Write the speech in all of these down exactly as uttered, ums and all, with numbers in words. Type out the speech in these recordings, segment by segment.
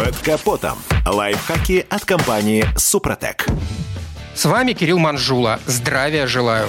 Под капотом. Лайфхаки от компании «Супротек». С вами Кирилл Манжула. Здравия желаю.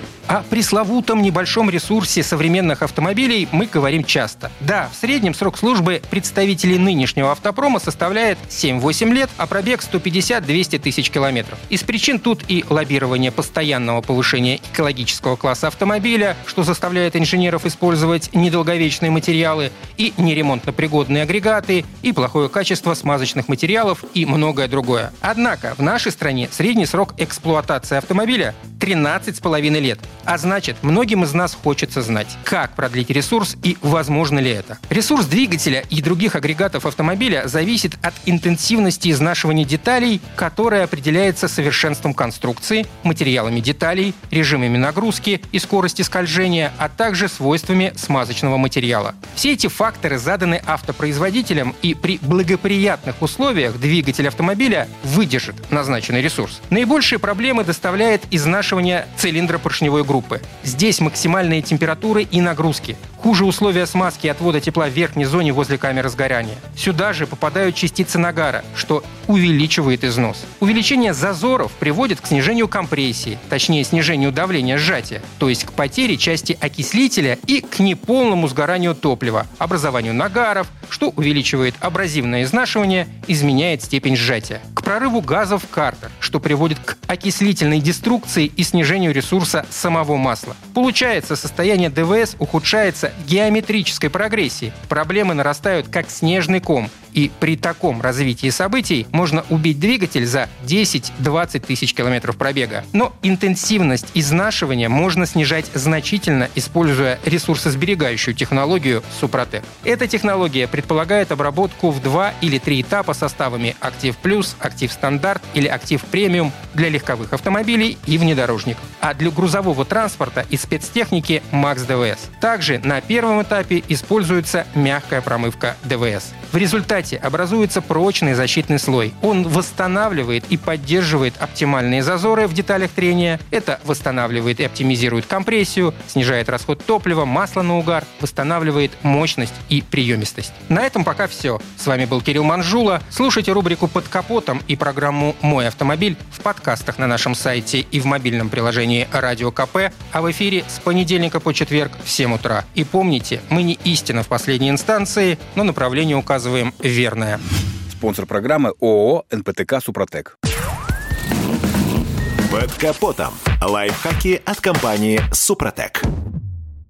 О пресловутом небольшом ресурсе современных автомобилей мы говорим часто. Да, в среднем срок службы представителей нынешнего автопрома составляет семь-восемь лет, а пробег сто пятьдесят - двести тысяч километров. Из причин тут и лоббирование постоянного повышения экологического класса автомобиля, что заставляет инженеров использовать недолговечные материалы, и неремонтно-пригодные агрегаты, и плохое качество смазочных материалов, и многое другое. Однако в нашей стране средний срок эксплуатации автомобиля тринадцать с половиной лет. А значит, многим из нас хочется знать, как продлить ресурс и возможно ли это. Ресурс двигателя и других агрегатов автомобиля зависит от интенсивности изнашивания деталей, которая определяется совершенством конструкции, материалами деталей, режимами нагрузки и скорости скольжения, а также свойствами смазочного материала. Все эти факторы заданы автопроизводителям, и при благоприятных условиях двигатель автомобиля выдержит назначенный ресурс. Наибольшие проблемы доставляет изнашивание цилиндра поршневой группы. Здесь максимальные температуры и нагрузки. Хуже условия смазки и отвода тепла в верхней зоне возле камеры сгорания. Сюда же попадают частицы нагара, что увеличивает износ. Увеличение зазоров приводит к снижению компрессии, точнее снижению давления сжатия, то есть к потере части окислителя и к неполному сгоранию топлива, образованию нагаров, что увеличивает абразивное изнашивание, изменяет степень сжатия, к прорыву газов в картер, что приводит к окислительной деструкции и снижению ресурса самого масла. Получается, состояние ДВС ухудшается в геометрической прогрессии. Проблемы нарастают как снежный ком, и при таком развитии событий можно убить двигатель за десять-двадцать тысяч километров пробега. Но интенсивность изнашивания можно снижать значительно, используя ресурсосберегающую технологию Супротек. Эта технология предполагает обработку в два или три этапа составами Актив Плюс, Актив Стандарт или Актив Премиум для легковых автомобилей и внедорожников, а для грузового транспорта и спецтехники Макс ДВС. Также на первом этапе используется мягкая промывка ДВС. В результате образуется прочный защитный слой. Он восстанавливает и поддерживает оптимальные зазоры в деталях трения. Это восстанавливает и оптимизирует компрессию, снижает расход топлива, масла на угар, восстанавливает мощность и приемистость. На этом пока все. С вами был Кирилл Манжула. Слушайте рубрику «Под капотом» и программу «Мой автомобиль» в подкастах на нашем сайте и в мобильном приложении Радио КП, а в эфире с понедельника по четверг в семь утра. И помните, мы не истина в последней инстанции, но направление указываем верное. Спонсор программы ООО «эн пэ тэ ка Супротек». Под капотом. Лайфхаки от компании «Супротек».